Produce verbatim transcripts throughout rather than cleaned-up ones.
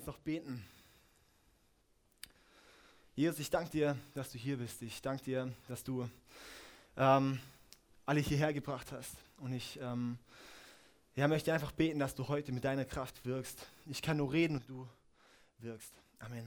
doch beten. Jesus, ich danke dir, dass du hier bist. Ich danke dir, dass du ähm, alle hierher gebracht hast. Und ich ähm, ja, möchte einfach beten, dass du heute mit deiner Kraft wirkst. Ich kann nur reden und du wirkst. Amen.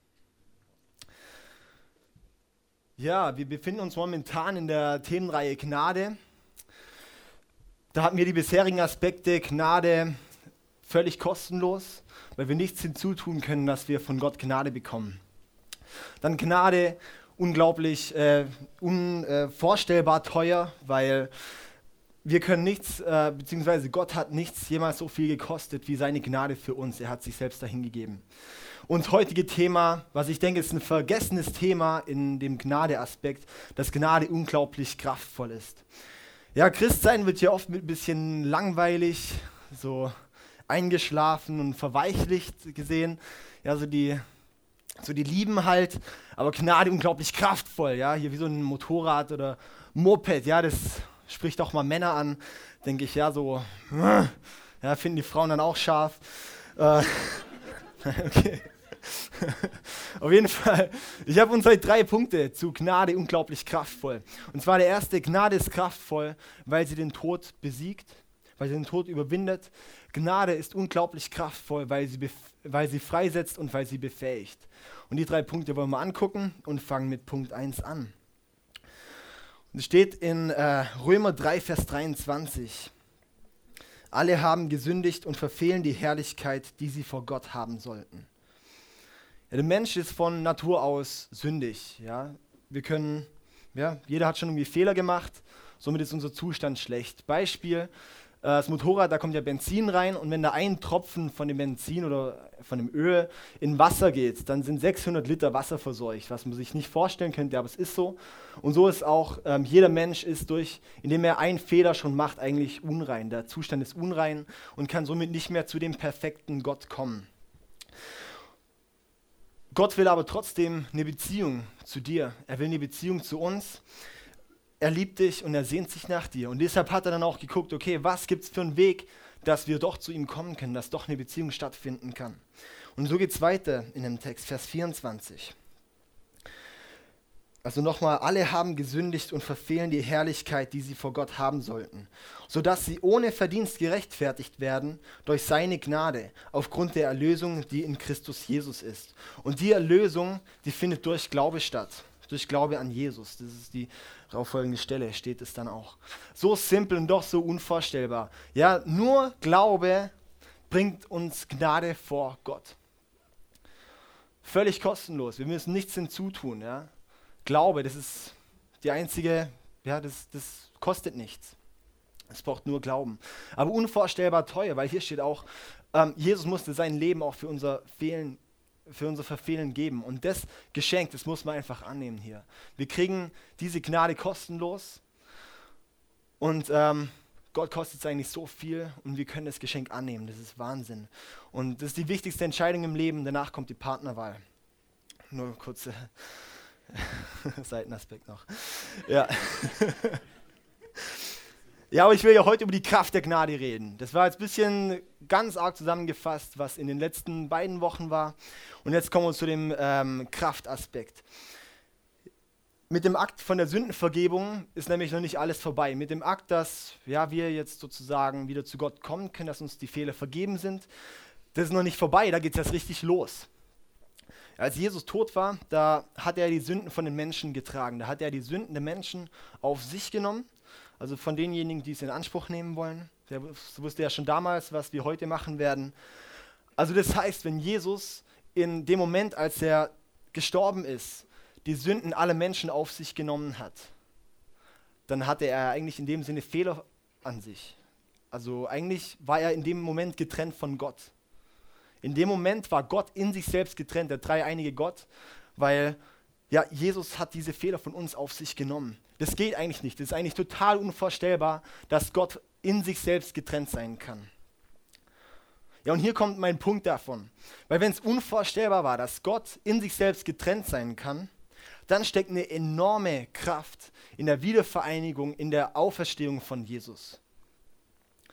Ja, wir befinden uns momentan in der Themenreihe Gnade. Da hatten wir die bisherigen Aspekte Gnade völlig kostenlos, weil wir nichts hinzutun können, dass wir von Gott Gnade bekommen. Dann Gnade unglaublich äh, unvorstellbar äh, teuer, weil wir können nichts, äh, beziehungsweise Gott hat nichts jemals so viel gekostet wie seine Gnade für uns. Er hat sich selbst dahingegeben. Und heutige Thema, was ich denke, ist ein vergessenes Thema in dem Gnade-Aspekt, dass Gnade unglaublich kraftvoll ist. Ja, Christsein wird ja oft mit ein bisschen langweilig, so eingeschlafen und verweichlicht gesehen. Ja, so die, so die lieben halt, aber Gnade unglaublich kraftvoll, ja, hier wie so ein Motorrad oder Moped, ja, das spricht auch mal Männer an, denke ich, ja, so, ja, finden die Frauen dann auch scharf. Äh, okay. Auf jeden Fall, ich habe uns heute drei Punkte zu Gnade unglaublich kraftvoll. Und zwar der erste, Gnade ist kraftvoll, weil sie den Tod besiegt, weil sie den Tod überwindet. Gnade ist unglaublich kraftvoll, weil sie, bef- weil sie freisetzt und weil sie befähigt. Und die drei Punkte wollen wir angucken und fangen mit Punkt eins an. Und es steht in äh, Römer drei, Vers dreiundzwanzig. Alle haben gesündigt und verfehlen die Herrlichkeit, die sie vor Gott haben sollten. Ja, der Mensch ist von Natur aus sündig. Ja? Wir können, ja, jeder hat schon irgendwie Fehler gemacht, somit ist unser Zustand schlecht. Beispiel, äh, das Motorrad, da kommt ja Benzin rein und wenn da ein Tropfen von dem Benzin oder von dem Öl in Wasser geht, dann sind sechshundert Liter Wasser verseucht, was man sich nicht vorstellen könnte, aber es ist so. Und so ist auch, ähm, jeder Mensch ist durch, indem er einen Fehler schon macht, eigentlich unrein. Der Zustand ist unrein und kann somit nicht mehr zu dem perfekten Gott kommen. Gott will aber trotzdem eine Beziehung zu dir. Er will eine Beziehung zu uns. Er liebt dich und er sehnt sich nach dir. Und deshalb hat er dann auch geguckt, okay, was gibt es für einen Weg, dass wir doch zu ihm kommen können, dass doch eine Beziehung stattfinden kann. Und so geht es weiter in dem Text, Vers vierundzwanzig. Also nochmal, alle haben gesündigt und verfehlen die Herrlichkeit, die sie vor Gott haben sollten, sodass sie ohne Verdienst gerechtfertigt werden durch seine Gnade, aufgrund der Erlösung, die in Christus Jesus ist. Und die Erlösung, die findet durch Glaube statt, durch Glaube an Jesus. Das ist die darauffolgende Stelle, steht es dann auch. So simpel und doch so unvorstellbar. Ja, nur Glaube bringt uns Gnade vor Gott. Völlig kostenlos, wir müssen nichts hinzutun, ja. Glaube, das ist die einzige, ja, das, das kostet nichts. Es braucht nur Glauben. Aber unvorstellbar teuer, weil hier steht auch, ähm, Jesus musste sein Leben auch für unser Fehlen, für unser Verfehlen geben. Und das Geschenk, das muss man einfach annehmen hier. Wir kriegen diese Gnade kostenlos und ähm, Gott kostet es eigentlich so viel und wir können das Geschenk annehmen. Das ist Wahnsinn. Und das ist die wichtigste Entscheidung im Leben. Danach kommt die Partnerwahl. Nur kurze Seitenaspekt noch. Ja. Ja, aber ich will ja heute über die Kraft der Gnade reden. Das war jetzt ein bisschen ganz arg zusammengefasst, was in den letzten beiden Wochen war. Und jetzt kommen wir zu dem ähm, Kraftaspekt. Mit dem Akt von der Sündenvergebung ist nämlich noch nicht alles vorbei. Mit dem Akt, dass ja, wir jetzt sozusagen wieder zu Gott kommen können, dass uns die Fehler vergeben sind, das ist noch nicht vorbei, da geht es jetzt richtig los. Als Jesus tot war, da hat er die Sünden von den Menschen getragen. Da hat er die Sünden der Menschen auf sich genommen, also von denjenigen, die es in Anspruch nehmen wollen. Der wusste ja schon damals, was wir heute machen werden. Also das heißt, wenn Jesus in dem Moment, als er gestorben ist, die Sünden aller Menschen auf sich genommen hat, dann hatte er eigentlich in dem Sinne Fehler an sich. Also eigentlich war er in dem Moment getrennt von Gott. In dem Moment war Gott in sich selbst getrennt, der dreieinige Gott, weil ja, Jesus hat diese Fehler von uns auf sich genommen. Das geht eigentlich nicht. Das ist eigentlich total unvorstellbar, dass Gott in sich selbst getrennt sein kann. Ja, und hier kommt mein Punkt davon. Weil wenn es unvorstellbar war, dass Gott in sich selbst getrennt sein kann, dann steckt eine enorme Kraft in der Wiedervereinigung, in der Auferstehung von Jesus.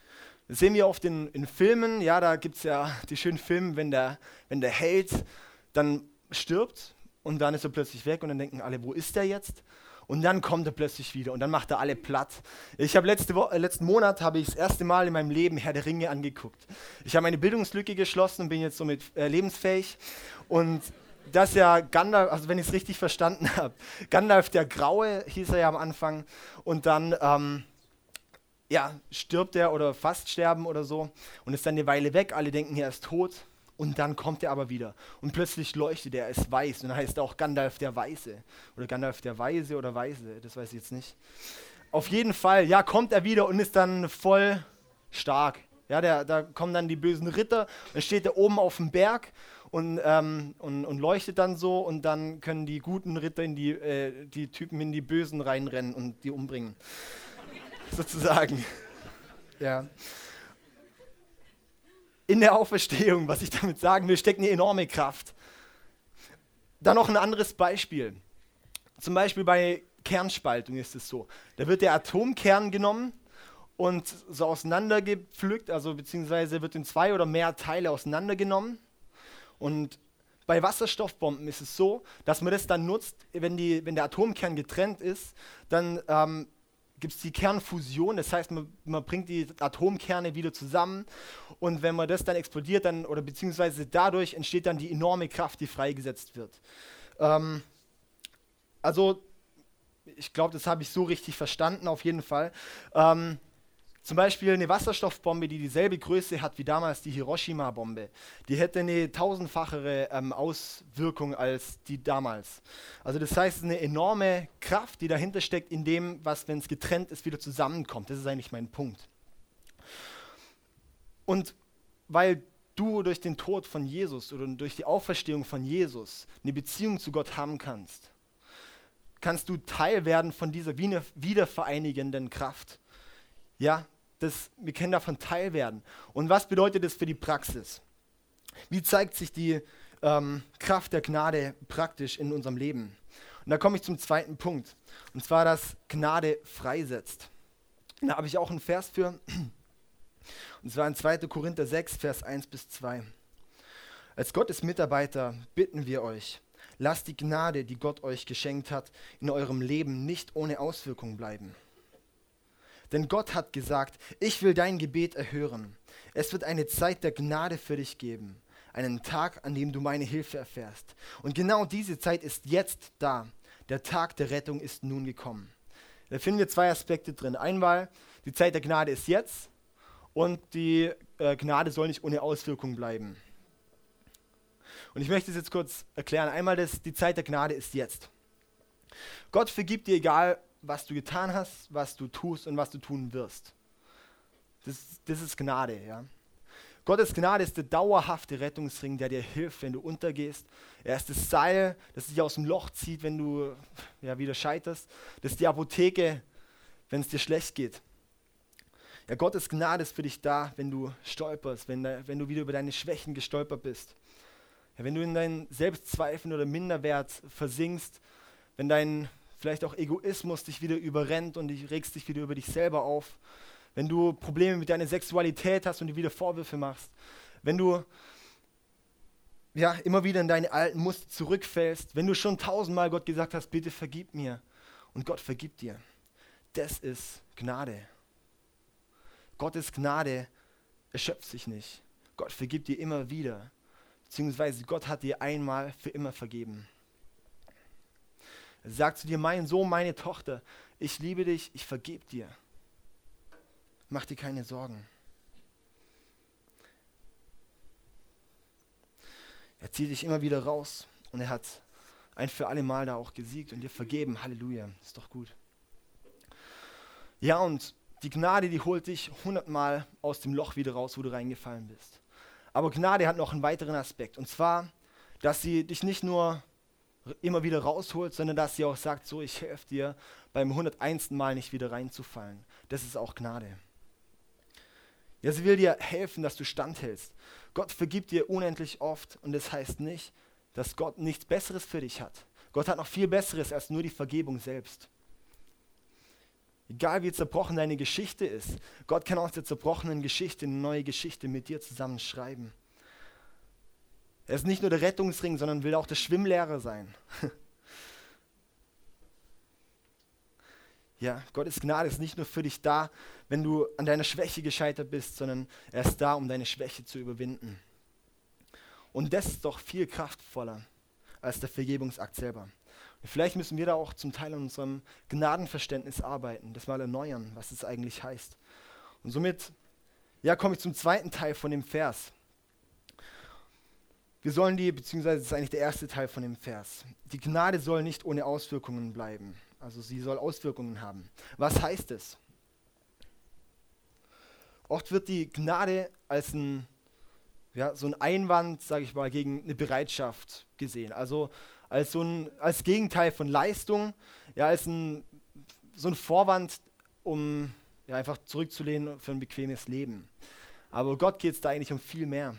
Das sehen wir oft in, in Filmen, ja, da gibt es ja die schönen Filme, wenn der, wenn der Held dann stirbt und dann ist er plötzlich weg und dann denken alle, wo ist der jetzt? Und dann kommt er plötzlich wieder und dann macht er alle platt. Ich habe letzte Wo- äh, letzten Monat habe ich das erste Mal in meinem Leben Herr der Ringe angeguckt. Ich habe meine Bildungslücke geschlossen und bin jetzt somit äh, lebensfähig. Und das ja Gandalf, also wenn ich es richtig verstanden habe, Gandalf der Graue hieß er ja am Anfang und dann ähm, ja, stirbt er oder fast sterben oder so und ist dann eine Weile weg. Alle denken, er ist tot. Und dann kommt er aber wieder. Und plötzlich leuchtet er, er ist weiß. Und dann heißt er auch Gandalf der Weiße. Oder Gandalf der Weise oder Weise, das weiß ich jetzt nicht. Auf jeden Fall, ja, kommt er wieder und ist dann voll stark. Ja, der, da kommen dann die bösen Ritter. Dann steht er oben auf dem Berg und, ähm, und, und leuchtet dann so. Und dann können die guten Ritter in die, äh, die Typen in die Bösen reinrennen und die umbringen. Sozusagen. Ja. In der Auferstehung, was ich damit sagen will, steckt eine enorme Kraft. Dann noch ein anderes Beispiel. Zum Beispiel bei Kernspaltung ist es so. Da wird der Atomkern genommen und so auseinandergepflückt, also beziehungsweise wird in zwei oder mehr Teile auseinandergenommen. Und bei Wasserstoffbomben ist es so, dass man das dann nutzt, wenn, die, wenn der Atomkern getrennt ist, dann ähm, gibt es die Kernfusion, das heißt, man, man bringt die Atomkerne wieder zusammen und wenn man das dann explodiert, dann, oder beziehungsweise dadurch entsteht dann die enorme Kraft, die freigesetzt wird. Ähm, also, ich glaube, das habe ich so richtig verstanden, auf jeden Fall. Ähm, zum Beispiel eine Wasserstoffbombe, die dieselbe Größe hat wie damals die Hiroshima-Bombe, die hätte eine tausendfachere ähm, Auswirkung als die damals. Also das heißt, es ist eine enorme Kraft, die dahinter steckt, in dem, was, wenn es getrennt ist, wieder zusammenkommt. Das ist eigentlich mein Punkt. Und weil du durch den Tod von Jesus oder durch die Auferstehung von Jesus eine Beziehung zu Gott haben kannst, kannst du Teil werden von dieser wiedervereinigenden Kraft. Ja, das, wir können davon Teil werden. Und was bedeutet das für die Praxis? Wie zeigt sich die ähm, Kraft der Gnade praktisch in unserem Leben? Und da komme ich zum zweiten Punkt. Und zwar, dass Gnade freisetzt. Da habe ich auch einen Vers für. Und zwar in zweiter Korinther sechs, Vers eins bis zwei. Als Gottes Mitarbeiter bitten wir euch, lasst die Gnade, die Gott euch geschenkt hat, in eurem Leben nicht ohne Auswirkung bleiben. Denn Gott hat gesagt, ich will dein Gebet erhören. Es wird eine Zeit der Gnade für dich geben, einen Tag, an dem du meine Hilfe erfährst. Und genau diese Zeit ist jetzt da. Der Tag der Rettung ist nun gekommen. Da finden wir zwei Aspekte drin. Einmal, die Zeit der Gnade ist jetzt und die äh, Gnade soll nicht ohne Auswirkung bleiben. Und ich möchte es jetzt kurz erklären. Einmal, das, die Zeit der Gnade ist jetzt. Gott vergibt dir, egal was du getan hast, was du tust und was du tun wirst. Das, das ist Gnade, ja. Gottes Gnade ist der dauerhafte Rettungsring, der dir hilft, wenn du untergehst. Er ist das Seil, das dich aus dem Loch zieht, wenn du ja, wieder scheiterst. Das ist die Apotheke, wenn es dir schlecht geht. Ja, Gottes Gnade ist für dich da, wenn du stolperst, wenn, wenn du wieder über deine Schwächen gestolpert bist. Ja, wenn du in deinen Selbstzweifeln oder Minderwert versinkst, wenn dein vielleicht auch Egoismus dich wieder überrennt und du regst dich wieder über dich selber auf. Wenn du Probleme mit deiner Sexualität hast und dir wieder Vorwürfe machst. Wenn du ja, immer wieder in deine alten Muster zurückfällst. Wenn du schon tausendmal Gott gesagt hast, bitte vergib mir. Und Gott vergibt dir. Das ist Gnade. Gottes Gnade erschöpft sich nicht. Gott vergibt dir immer wieder. Beziehungsweise Gott hat dir einmal für immer vergeben. Er sagt zu dir, mein Sohn, meine Tochter, ich liebe dich, ich vergebe dir. Mach dir keine Sorgen. Er zieht dich immer wieder raus und er hat ein für alle Mal da auch gesiegt und dir vergeben. Halleluja, ist doch gut. Ja, und die Gnade, die holt dich hundertmal aus dem Loch wieder raus, wo du reingefallen bist. Aber Gnade hat noch einen weiteren Aspekt, und zwar, dass sie dich nicht nur immer wieder rausholt, sondern dass sie auch sagt, so, ich helfe dir beim hunderteinsten Mal nicht wieder reinzufallen. Das ist auch Gnade. Ja, sie will dir helfen, dass du standhältst. Gott vergibt dir unendlich oft und das heißt nicht, dass Gott nichts Besseres für dich hat. Gott hat noch viel Besseres als nur die Vergebung selbst. Egal wie zerbrochen deine Geschichte ist, Gott kann aus der zerbrochenen Geschichte eine neue Geschichte mit dir zusammen schreiben. Er ist nicht nur der Rettungsring, sondern will auch der Schwimmlehrer sein. Ja, Gottes Gnade ist nicht nur für dich da, wenn du an deiner Schwäche gescheitert bist, sondern er ist da, um deine Schwäche zu überwinden. Und das ist doch viel kraftvoller als der Vergebungsakt selber. Und vielleicht müssen wir da auch zum Teil an unserem Gnadenverständnis arbeiten, das mal erneuern, was es eigentlich heißt. Und somit, ja, komme ich zum zweiten Teil von dem Vers. Wir sollen die, beziehungsweise das ist eigentlich der erste Teil von dem Vers. Die Gnade soll nicht ohne Auswirkungen bleiben. Also sie soll Auswirkungen haben. Was heißt es? Oft wird die Gnade als ein, ja, so ein Einwand, sage ich mal, gegen eine Bereitschaft gesehen. Also als so ein als Gegenteil von Leistung, ja, als ein, so ein Vorwand, um ja, einfach zurückzulehnen für ein bequemes Leben. Aber Gott geht es da eigentlich um viel mehr.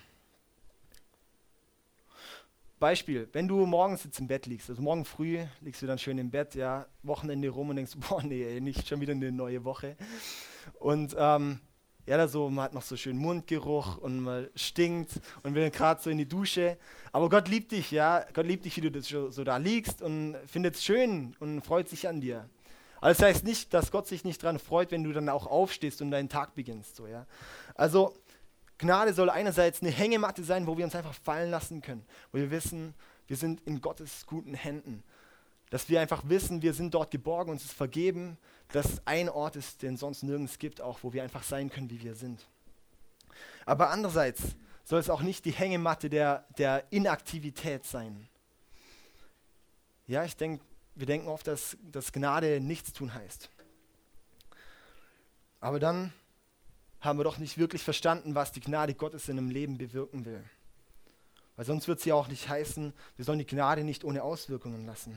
Beispiel, wenn du morgens jetzt im Bett liegst, also morgen früh liegst du dann schön im Bett, ja, Wochenende rum und denkst, boah, nee, ey, nicht schon wieder eine neue Woche. Und ähm, ja, da so, man hat noch so schön Mundgeruch und man stinkt und will gerade so in die Dusche. Aber Gott liebt dich, ja, Gott liebt dich, wie du das so, so da liegst und findet es schön und freut sich an dir. Aber das heißt nicht, dass Gott sich nicht dran freut, wenn du dann auch aufstehst und deinen Tag beginnst, so, ja. Also Gnade soll einerseits eine Hängematte sein, wo wir uns einfach fallen lassen können, wo wir wissen, wir sind in Gottes guten Händen. Dass wir einfach wissen, wir sind dort geborgen, uns ist vergeben, dass es ein Ort ist, den es sonst nirgends gibt, auch wo wir einfach sein können, wie wir sind. Aber andererseits soll es auch nicht die Hängematte der, der Inaktivität sein. Ja, ich denke, wir denken oft, dass, dass Gnade nichts tun heißt. Aber dann haben wir doch nicht wirklich verstanden, was die Gnade Gottes in einem Leben bewirken will. Weil sonst wird es ja auch nicht heißen, wir sollen die Gnade nicht ohne Auswirkungen lassen.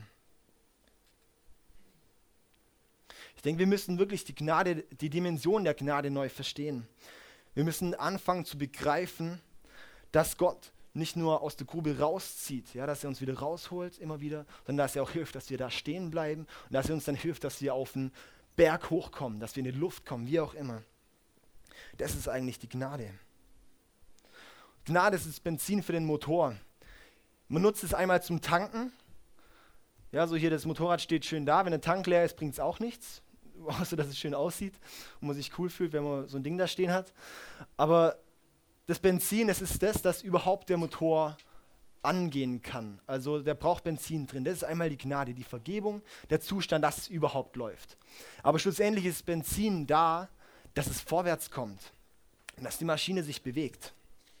Ich denke, wir müssen wirklich die Gnade, die Dimension der Gnade neu verstehen. Wir müssen anfangen zu begreifen, dass Gott nicht nur aus der Grube rauszieht, ja, dass er uns wieder rausholt, immer wieder, sondern dass er auch hilft, dass wir da stehen bleiben und dass er uns dann hilft, dass wir auf den Berg hochkommen, dass wir in die Luft kommen, wie auch immer. Das ist eigentlich die Gnade. Gnade ist das Benzin für den Motor. Man nutzt es einmal zum Tanken. Ja, so hier das Motorrad steht schön da. Wenn der Tank leer ist, bringt es auch nichts. Außer, dass es schön aussieht und man sich cool fühlt, wenn man so ein Ding da stehen hat. Aber das Benzin, das ist das, dass überhaupt der Motor angehen kann. Also der braucht Benzin drin. Das ist einmal die Gnade, die Vergebung, der Zustand, dass es überhaupt läuft. Aber schlussendlich ist Benzin da, dass es vorwärts kommt und dass die Maschine sich bewegt.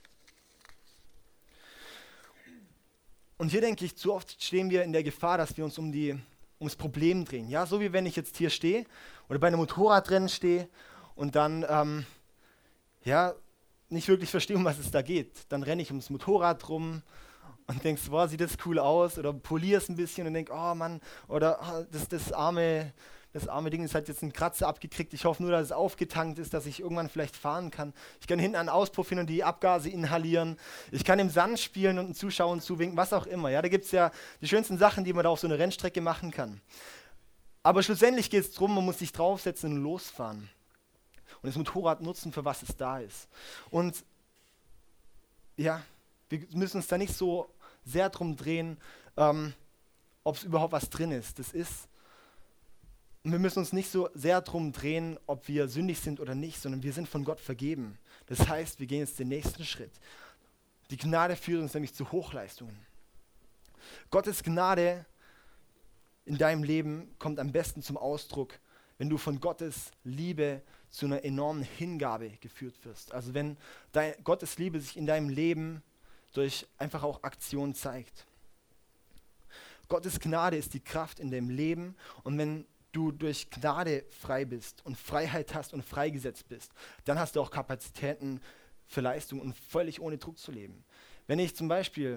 Und hier denke ich, zu oft stehen wir in der Gefahr, dass wir uns um die, ums Problem drehen. Ja, so wie wenn ich jetzt hier stehe oder bei einem Motorradrennen stehe und dann ähm, ja, nicht wirklich verstehe, um was es da geht. Dann renne ich ums Motorrad rum und denkst, boah, sieht das cool aus, oder polierst ein bisschen und denk, oh Mann, oder oh, das, das arme Das arme Ding ist halt jetzt einen Kratzer abgekriegt. Ich hoffe nur, dass es aufgetankt ist, dass ich irgendwann vielleicht fahren kann. Ich kann hinten an den Auspuff hin und die Abgase inhalieren. Ich kann im Sand spielen und den Zuschauern zuwinken, was auch immer. Ja, da gibt es ja die schönsten Sachen, die man da auf so einer Rennstrecke machen kann. Aber schlussendlich geht es darum, man muss sich draufsetzen und losfahren. Und das Motorrad nutzen, für was es da ist. Und ja, wir müssen uns da nicht so sehr drum drehen, ähm, ob es überhaupt was drin ist. Das ist Und wir müssen uns nicht so sehr darum drehen, ob wir sündig sind oder nicht, sondern wir sind von Gott vergeben. Das heißt, wir gehen jetzt den nächsten Schritt. Die Gnade führt uns nämlich zu Hochleistungen. Gottes Gnade in deinem Leben kommt am besten zum Ausdruck, wenn du von Gottes Liebe zu einer enormen Hingabe geführt wirst. Also wenn dein, Gottes Liebe sich in deinem Leben durch einfach auch Aktion zeigt. Gottes Gnade ist die Kraft in deinem Leben, und wenn du durch Gnade frei bist und Freiheit hast und freigesetzt bist, dann hast du auch Kapazitäten für Leistung und völlig ohne Druck zu leben. Wenn ich zum Beispiel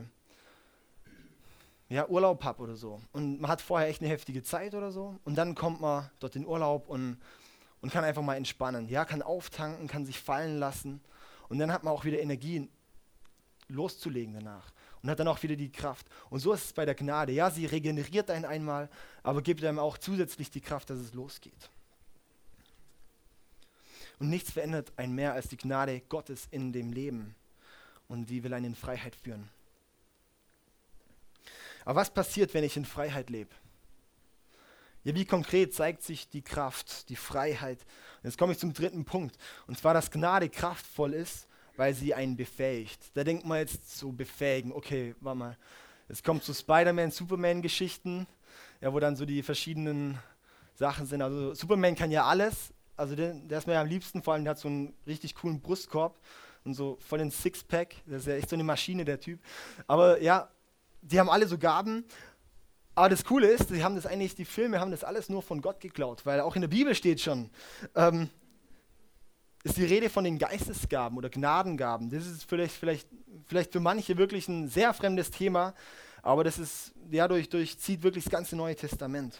ja, Urlaub habe oder so und man hat vorher echt eine heftige Zeit oder so und dann kommt man dort in Urlaub und, und kann einfach mal entspannen, ja, kann auftanken, kann sich fallen lassen und dann hat man auch wieder Energie loszulegen danach. Und hat dann auch wieder die Kraft. Und so ist es bei der Gnade. Ja, sie regeneriert einen einmal, aber gibt einem auch zusätzlich die Kraft, dass es losgeht. Und nichts verändert einen mehr als die Gnade Gottes in dem Leben. Und die will einen in Freiheit führen. Aber was passiert, wenn ich in Freiheit lebe? Ja, wie konkret zeigt sich die Kraft, die Freiheit? Und jetzt komme ich zum dritten Punkt. Und zwar, dass Gnade kraftvoll ist, weil sie einen befähigt. Da denkt man jetzt so befähigen. Okay, warte mal. Es kommt zu Spider-Man, Superman-Geschichten, ja, wo dann so die verschiedenen Sachen sind. Also Superman kann ja alles. Also der, der ist mir ja am liebsten, vor allem der hat so einen richtig coolen Brustkorb und so voll den Sixpack. Das ist ja echt so eine Maschine, der Typ. Aber ja, die haben alle so Gaben. Aber das Coole ist, die haben das eigentlich, die Filme haben das alles nur von Gott geklaut, weil auch in der Bibel steht schon, ähm, ist die Rede von den Geistesgaben oder Gnadengaben. Das ist vielleicht, vielleicht, vielleicht für manche wirklich ein sehr fremdes Thema, aber das ist, ja, durch, durchzieht wirklich das ganze Neue Testament.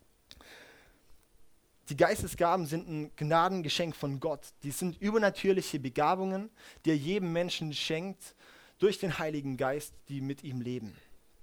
Die Geistesgaben sind ein Gnadengeschenk von Gott. Die sind übernatürliche Begabungen, die er jedem Menschen schenkt durch den Heiligen Geist, die mit ihm leben.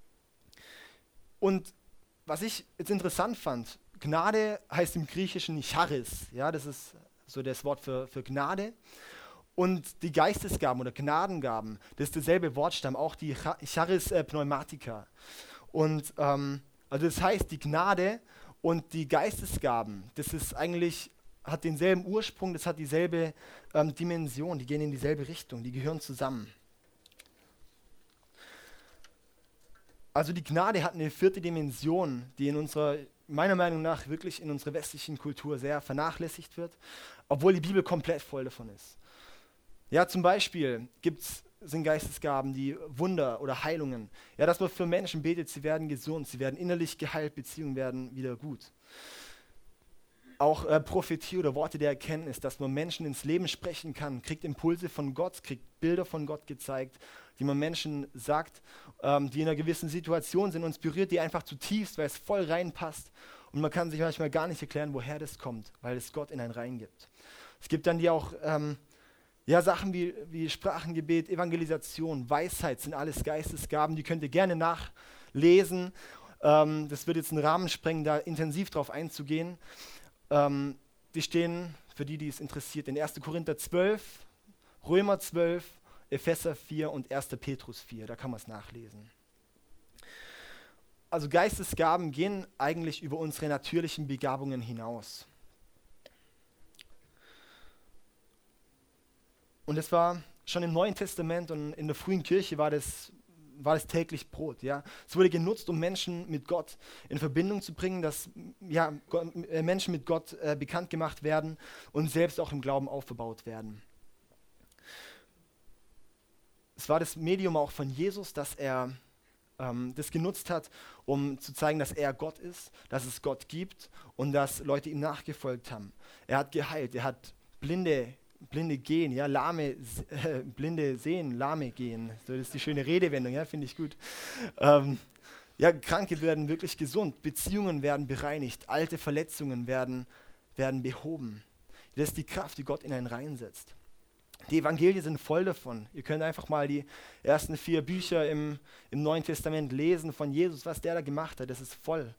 Und was ich jetzt interessant fand, Gnade heißt im Griechischen Charis, ja, das ist so das Wort für, für Gnade. Und die Geistesgaben oder Gnadengaben, das ist derselbe Wortstamm, auch die Charis äh, Pneumatica. Und ähm, also das heißt, die Gnade und die Geistesgaben, das ist eigentlich, hat denselben Ursprung, das hat dieselbe ähm, Dimension, die gehen in dieselbe Richtung, die gehören zusammen. Also die Gnade hat eine vierte Dimension, die in unserer, meiner Meinung nach, wirklich in unserer westlichen Kultur sehr vernachlässigt wird, obwohl die Bibel komplett voll davon ist. Ja, zum Beispiel gibt's, sind Geistesgaben, die Wunder oder Heilungen. Ja, dass man für Menschen betet, sie werden gesund, sie werden innerlich geheilt, Beziehungen werden wieder gut. Auch äh, Prophetie oder Worte der Erkenntnis, dass man Menschen ins Leben sprechen kann, kriegt Impulse von Gott, kriegt Bilder von Gott gezeigt, die man Menschen sagt, ähm, die in einer gewissen Situation sind, uns berührt die einfach zutiefst, weil es voll reinpasst und man kann sich manchmal gar nicht erklären, woher das kommt, weil es Gott in einen reingibt. Es gibt dann die auch ähm, ja, Sachen wie, wie Sprachengebet, Evangelisation, Weisheit sind alles Geistesgaben, die könnt ihr gerne nachlesen. Ähm, das wird jetzt einen Rahmen sprengen, da intensiv drauf einzugehen. Ähm, die stehen, für die, die es interessiert, in erster Korinther zwölf, Römer zwölf, Epheser vier und erster Petrus vier, da kann man es nachlesen. Also Geistesgaben gehen eigentlich über unsere natürlichen Begabungen hinaus. Und das war schon im Neuen Testament und in der frühen Kirche war das, war das täglich Brot. Ja? Es wurde genutzt, um Menschen mit Gott in Verbindung zu bringen, dass ja, Gott, äh, Menschen mit Gott äh, bekannt gemacht werden und selbst auch im Glauben aufgebaut werden. Es war das Medium auch von Jesus, dass er ähm, das genutzt hat, um zu zeigen, dass er Gott ist, dass es Gott gibt und dass Leute ihm nachgefolgt haben. Er hat geheilt, er hat Blinde Blinde gehen, ja, Lahme, äh, Blinde sehen, Lahme gehen. So, das ist die schöne Redewendung, ja, finde ich gut. Ähm, ja, Kranke werden wirklich gesund, Beziehungen werden bereinigt, alte Verletzungen werden, werden behoben. Das ist die Kraft, die Gott in einen reinsetzt. Die Evangelien sind voll davon. Ihr könnt einfach mal die ersten vier Bücher im, im Neuen Testament lesen von Jesus, was der da gemacht hat. Das ist voll.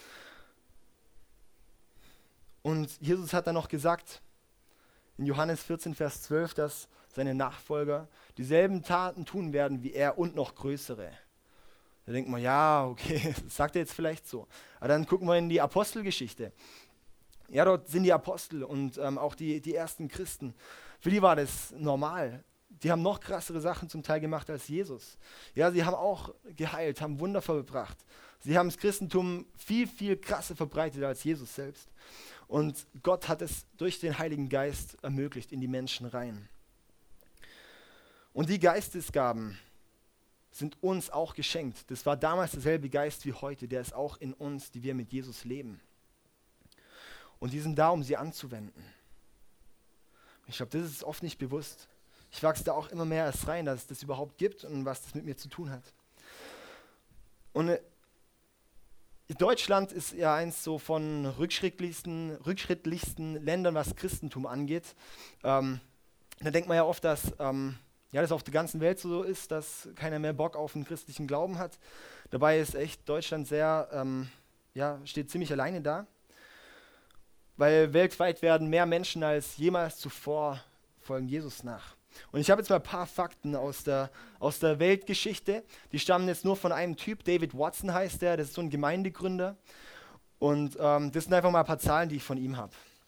Und Jesus hat dann noch gesagt, in Johannes vierzehn, Vers zwölf, dass seine Nachfolger dieselben Taten tun werden wie er und noch größere. Da denkt man, ja, okay, das sagt er jetzt vielleicht so. Aber dann gucken wir in die Apostelgeschichte. Ja, dort sind die Apostel und ähm, auch die, die ersten Christen. Für die war das normal. Die haben noch krassere Sachen zum Teil gemacht als Jesus. Ja, sie haben auch geheilt, haben Wunder vollbracht. Sie haben das Christentum viel, viel krasser verbreitet als Jesus selbst. Und Gott hat es durch den Heiligen Geist ermöglicht in die Menschen rein. Und die Geistesgaben sind uns auch geschenkt. Das war damals derselbe Geist wie heute, der ist auch in uns, die wir mit Jesus leben. Und die sind da, um sie anzuwenden. Ich glaube, das ist oft nicht bewusst. Ich wachse da auch immer mehr erst rein, dass es das überhaupt gibt und was das mit mir zu tun hat. Und äh, Deutschland ist ja eins so von rückschrittlichsten, rückschrittlichsten Ländern, was Christentum angeht. Ähm, da denkt man ja oft, dass ähm, ja, das auf der ganzen Welt so ist, dass keiner mehr Bock auf den christlichen Glauben hat. Dabei ist echt Deutschland sehr, ähm, ja, steht ziemlich alleine da. weil weltweit werden mehr Menschen als jemals zuvor folgen Jesus nach. Und ich habe jetzt mal ein paar Fakten aus der, aus der Weltgeschichte. Die stammen jetzt nur von einem Typ, David Watson heißt der, das ist so ein Gemeindegründer. Und ähm, das sind einfach mal ein paar Zahlen, die ich von ihm habe.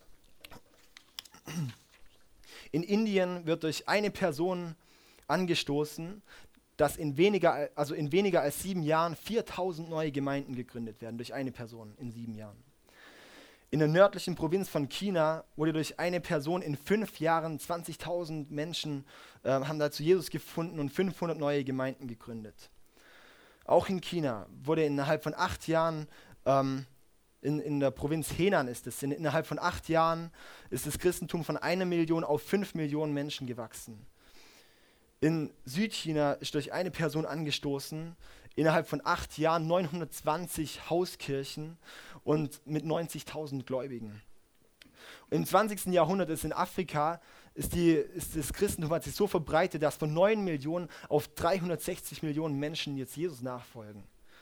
In Indien wird durch eine Person angestoßen, dass in weniger, also in weniger als sieben Jahren viertausend neue Gemeinden gegründet werden, durch eine Person in sieben Jahren. In der nördlichen Provinz von China wurde durch eine Person in fünf Jahren zwanzigtausend Menschen äh, haben da zu Jesus gefunden und fünfhundert neue Gemeinden gegründet. Auch in China wurde innerhalb von acht Jahren, ähm, in, in der Provinz Henan ist es, in, innerhalb von acht Jahren ist das Christentum von einer Million auf fünf Millionen Menschen gewachsen. In Südchina ist durch eine Person angestoßen, innerhalb von acht Jahren neunhundertzwanzig Hauskirchen und mit neunzigtausend Gläubigen. Im zwanzigsten Jahrhundert ist in Afrika ist, die, ist das Christentum hat sich so verbreitet, dass von neun Millionen auf dreihundertsechzig Millionen Menschen jetzt Jesus nachfolgen.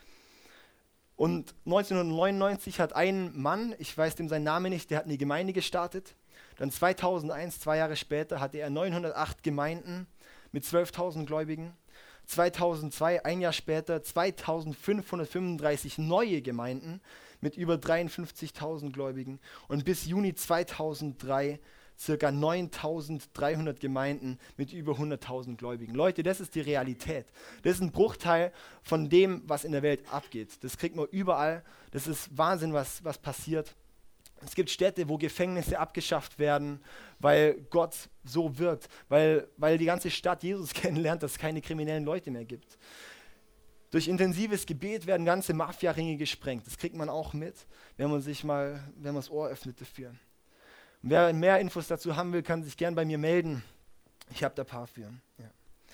Und neunzehnhundertneunundneunzig hat ein Mann, ich weiß dem seinen Namen nicht, der hat eine Gemeinde gestartet. Dann zweitausendeins, zwei Jahre später, hatte er neunhundertacht Gemeinden mit zwölftausend Gläubigen. zweitausendzwei, ein Jahr später, zweitausendfünfhundertfünfunddreißig neue Gemeinden mit über dreiundfünfzigtausend Gläubigen und bis Juni zweitausenddrei circa neuntausenddreihundert Gemeinden mit über hunderttausend Gläubigen. Leute, das ist die Realität. Das ist ein Bruchteil von dem, was in der Welt abgeht. Das kriegt man überall. Das ist Wahnsinn, was, was passiert. Es gibt Städte, wo Gefängnisse abgeschafft werden, weil Gott so wirkt, weil, weil die ganze Stadt Jesus kennenlernt, dass es keine kriminellen Leute mehr gibt. Durch intensives Gebet werden ganze Mafia-Ringe gesprengt. Das kriegt man auch mit, wenn man sich mal, wenn man das Ohr öffnet dafür. Und wer mehr Infos dazu haben will, kann sich gern bei mir melden. Ich habe da ein paar für. Ja.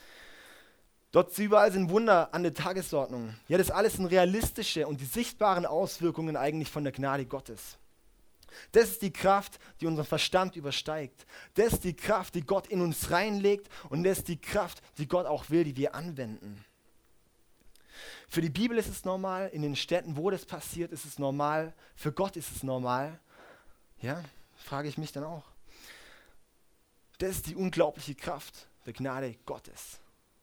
Dort überall sind Wunder an der Tagesordnung. Ja, das alles sind realistische und die sichtbaren Auswirkungen eigentlich von der Gnade Gottes. Das ist die Kraft, die unseren Verstand übersteigt. Das ist die Kraft, die Gott in uns reinlegt und das ist die Kraft, die Gott auch will, die wir anwenden. Für die Bibel ist es normal, in den Städten, wo das passiert, ist es normal. Für Gott ist es normal. Ja, frage ich mich dann auch. Das ist die unglaubliche Kraft der Gnade Gottes.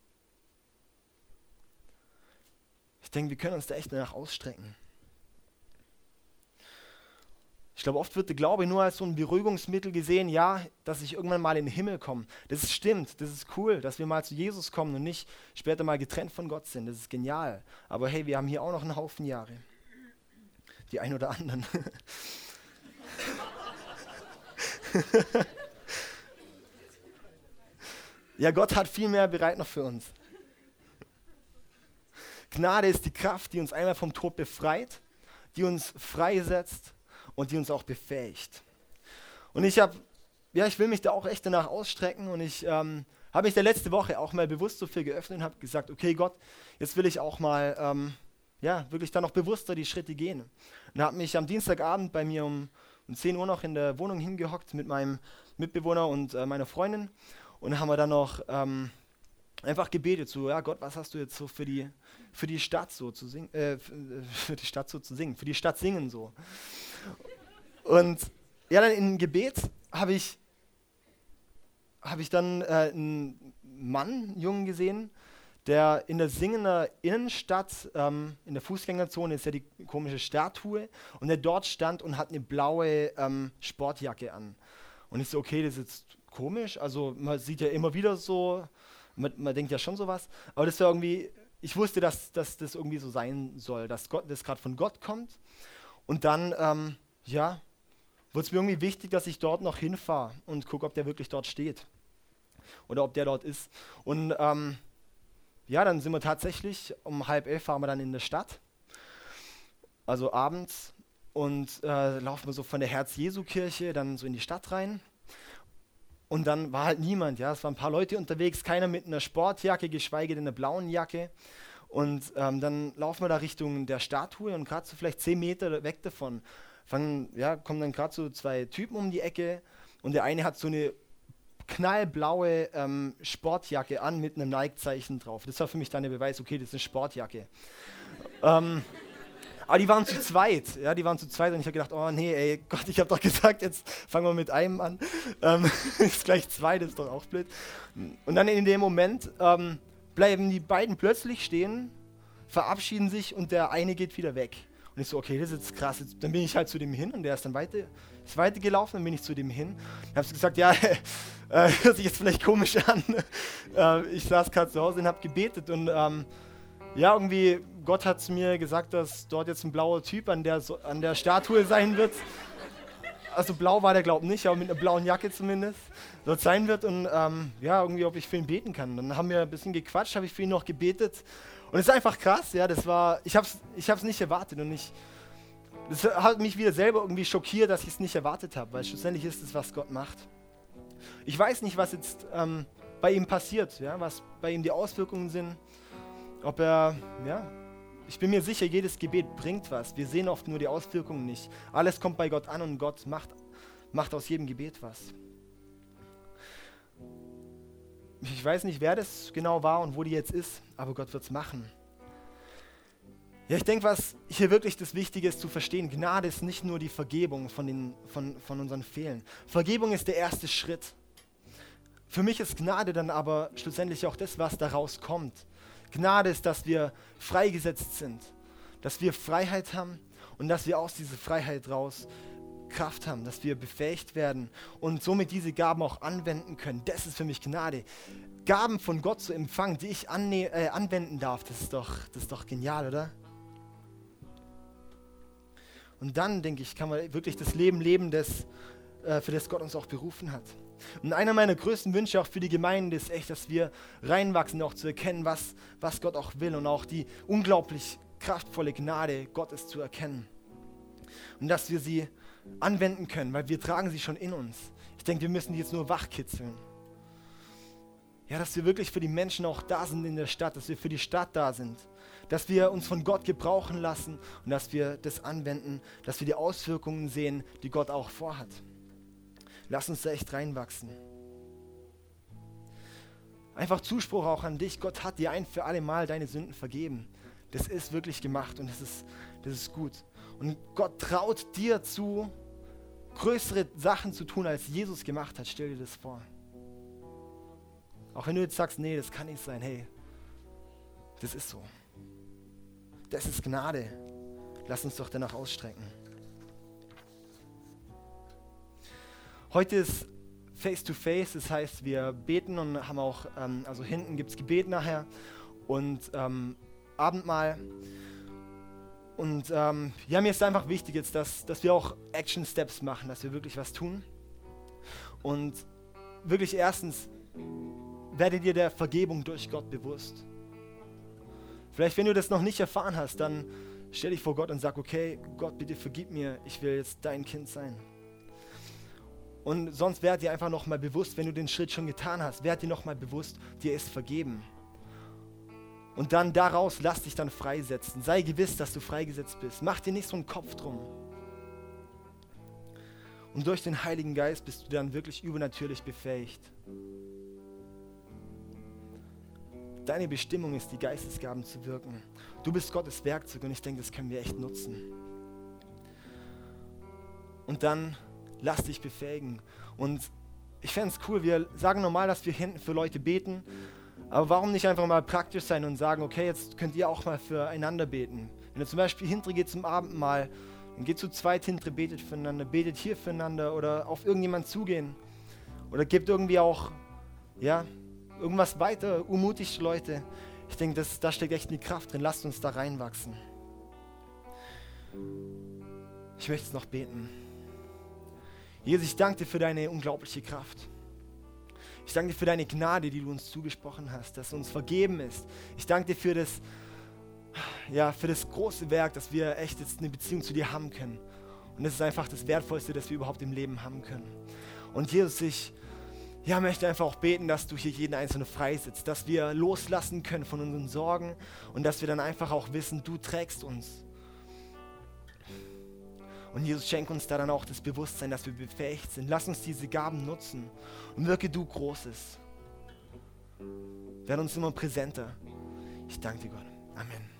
Ich denke, wir können uns da echt danach ausstrecken. Ich glaube, oft wird der Glaube nur als so ein Beruhigungsmittel gesehen, ja, dass ich irgendwann mal in den Himmel komme. Das stimmt, das ist cool, dass wir mal zu Jesus kommen und nicht später mal getrennt von Gott sind. Das ist genial. Aber hey, wir haben hier auch noch einen Haufen Jahre. Die ein oder anderen. Ja, Gott hat viel mehr bereit noch für uns. Gnade ist die Kraft, die uns einmal vom Tod befreit, die uns freisetzt und die uns auch befähigt. Und ich habe, ja, ich will mich da auch echt danach ausstrecken und ich ähm, habe mich da letzte Woche auch mal bewusst so viel geöffnet und habe gesagt, okay Gott, jetzt will ich auch mal, ähm, ja, wirklich da noch bewusster die Schritte gehen. Und habe mich am Dienstagabend bei mir um, um zehn Uhr noch in der Wohnung hingehockt mit meinem Mitbewohner und äh, meiner Freundin und haben wir dann noch ähm, einfach gebetet, so, ja Gott, was hast du jetzt so für die, für die Stadt so zu singen, äh, für die Stadt so zu singen, für die Stadt singen so. Und ja, dann im Gebet habe ich, hab ich dann äh, einen Mann, einen Jungen gesehen, der in der Singener Innenstadt, ähm, in der Fußgängerzone ist ja die komische Statue, und der dort stand und hat eine blaue ähm, Sportjacke an. Und ich so, okay, das ist jetzt komisch, also man sieht ja immer wieder so, man, man denkt ja schon sowas, aber das war irgendwie, ich wusste, dass, dass das irgendwie so sein soll, dass Gott, das gerade von Gott kommt. Und dann, ähm, ja, wird es mir irgendwie wichtig, dass ich dort noch hinfahre und gucke, ob der wirklich dort steht oder ob der dort ist. Und ähm, ja, dann sind wir tatsächlich, um halb elf fahren wir dann in der Stadt, also abends, und äh, laufen wir so von der Herz-Jesu-Kirche dann so in die Stadt rein. Und dann war halt niemand, ja, es waren ein paar Leute unterwegs, keiner mit einer Sportjacke, geschweige denn einer blauen Jacke. Und ähm, dann laufen wir da Richtung der Statue und gerade so vielleicht zehn Meter weg davon fangen, ja, kommen dann gerade so zwei Typen um die Ecke und der eine hat so eine knallblaue ähm, Sportjacke an mit einem Nike-Zeichen drauf. Das war für mich dann der Beweis, okay, das ist eine Sportjacke. ähm, Aber die waren zu zweit, ja, die waren zu zweit und ich habe gedacht, oh nee, ey, Gott, ich habe doch gesagt, jetzt fangen wir mit einem an. Ähm, ist gleich zwei, das ist doch auch blöd. Und dann in dem Moment ähm, bleiben die beiden plötzlich stehen, verabschieden sich und der eine geht wieder weg. Und ich so, okay, das ist jetzt krass. Jetzt, dann bin ich halt zu dem hin und der ist dann weiter, ist weitergelaufen, dann bin ich zu dem hin. Ich habe gesagt, ja, äh, hört sich jetzt vielleicht komisch an. äh, ich saß gerade zu Hause und habe gebetet und ähm, ja, irgendwie, Gott hat zu mir gesagt, dass dort jetzt ein blauer Typ an der, so, an der Statue sein wird. Also blau war der, glaube ich, nicht, aber mit einer blauen Jacke zumindest. Dort sein wird und ähm, ja, irgendwie, ob ich für ihn beten kann. Dann haben wir ein bisschen gequatscht, habe ich für ihn noch gebetet. Und es ist einfach krass, ja, das war, ich habe es ich hab's nicht erwartet und ich, das hat mich wieder selber irgendwie schockiert, dass ich es nicht erwartet habe, weil schlussendlich ist es, was Gott macht. Ich weiß nicht, was jetzt ähm, bei ihm passiert, ja, was bei ihm die Auswirkungen sind, ob er, ja, ich bin mir sicher, jedes Gebet bringt was. Wir sehen oft nur die Auswirkungen nicht. Alles kommt bei Gott an und Gott macht, macht aus jedem Gebet was. Ich weiß nicht, wer das genau war und wo die jetzt ist, aber Gott wird es machen. Ja, ich denke, was hier wirklich das Wichtige ist zu verstehen, Gnade ist nicht nur die Vergebung von, den, von, von unseren Fehlern. Vergebung ist der erste Schritt. Für mich ist Gnade dann aber schlussendlich auch das, was daraus kommt. Gnade ist, dass wir freigesetzt sind, dass wir Freiheit haben und dass wir aus dieser Freiheit raus Kraft haben, dass wir befähigt werden und somit diese Gaben auch anwenden können. Das ist für mich Gnade. Gaben von Gott zu empfangen, die ich anne- äh, anwenden darf, das ist doch, das ist doch genial, oder? Und dann, denke ich, kann man wirklich das Leben leben, das, äh, für das Gott uns auch berufen hat. Und einer meiner größten Wünsche auch für die Gemeinde ist echt, dass wir reinwachsen, auch zu erkennen, was, was Gott auch will und auch die unglaublich kraftvolle Gnade Gottes zu erkennen. Und dass wir sie anwenden können, weil wir tragen sie schon in uns. Ich denke, wir müssen die jetzt nur wachkitzeln. Ja, dass wir wirklich für die Menschen auch da sind in der Stadt, dass wir für die Stadt da sind, dass wir uns von Gott gebrauchen lassen und dass wir das anwenden, dass wir die Auswirkungen sehen, die Gott auch vorhat. Lass uns da echt reinwachsen. Einfach Zuspruch auch an dich. Gott hat dir ein für alle Mal deine Sünden vergeben. Das ist wirklich gemacht und das ist, das ist gut. Und Gott traut dir zu, größere Sachen zu tun, als Jesus gemacht hat. Stell dir das vor. Auch wenn du jetzt sagst, nee, das kann nicht sein. Hey, das ist so. Das ist Gnade. Lass uns doch danach ausstrecken. Heute ist Face-to-Face, das heißt, wir beten und haben auch, ähm, also hinten gibt es Gebet nachher und ähm, Abendmahl. Und ähm, ja, mir ist einfach wichtig jetzt, dass, dass wir auch Action-Steps machen, dass wir wirklich was tun. Und wirklich erstens, werde dir der Vergebung durch Gott bewusst. Vielleicht, wenn du das noch nicht erfahren hast, dann stell dich vor Gott und sag, okay, Gott, bitte vergib mir, ich will jetzt dein Kind sein. Und sonst werd dir einfach nochmal bewusst, wenn du den Schritt schon getan hast, werd dir nochmal bewusst, dir ist vergeben. Und dann daraus lass dich dann freisetzen. Sei gewiss, dass du freigesetzt bist. Mach dir nicht so einen Kopf drum. Und durch den Heiligen Geist bist du dann wirklich übernatürlich befähigt. Deine Bestimmung ist, die Geistesgaben zu wirken. Du bist Gottes Werkzeug und ich denke, das können wir echt nutzen. Und dann lass dich befähigen. Und ich fände es cool, wir sagen normal, dass wir hinten für Leute beten, aber warum nicht einfach mal praktisch sein und sagen, okay, jetzt könnt ihr auch mal füreinander beten. Wenn ihr zum Beispiel hintere geht zum Abendmahl, dann geht zu zweit hintere, betet füreinander, betet hier füreinander oder auf irgendjemand zugehen. Oder gebt irgendwie auch, ja, irgendwas weiter, ermutigt Leute. Ich denke, das, da steckt echt eine Kraft drin. Lasst uns da reinwachsen. Ich möchte jetzt noch beten. Jesus, ich danke dir für deine unglaubliche Kraft. Ich danke dir für deine Gnade, die du uns zugesprochen hast, dass uns vergeben ist. Ich danke dir für das, ja, für das große Werk, dass wir echt jetzt eine Beziehung zu dir haben können. Und das ist einfach das Wertvollste, das wir überhaupt im Leben haben können. Und Jesus, ich ja, möchte einfach auch beten, dass du hier jeden Einzelnen freisetzt, dass wir loslassen können von unseren Sorgen und dass wir dann einfach auch wissen, du trägst uns. Und Jesus, schenk uns da dann auch das Bewusstsein, dass wir befähigt sind. Lass uns diese Gaben nutzen und wirke du Großes. Werde uns immer präsenter. Ich danke dir, Gott. Amen.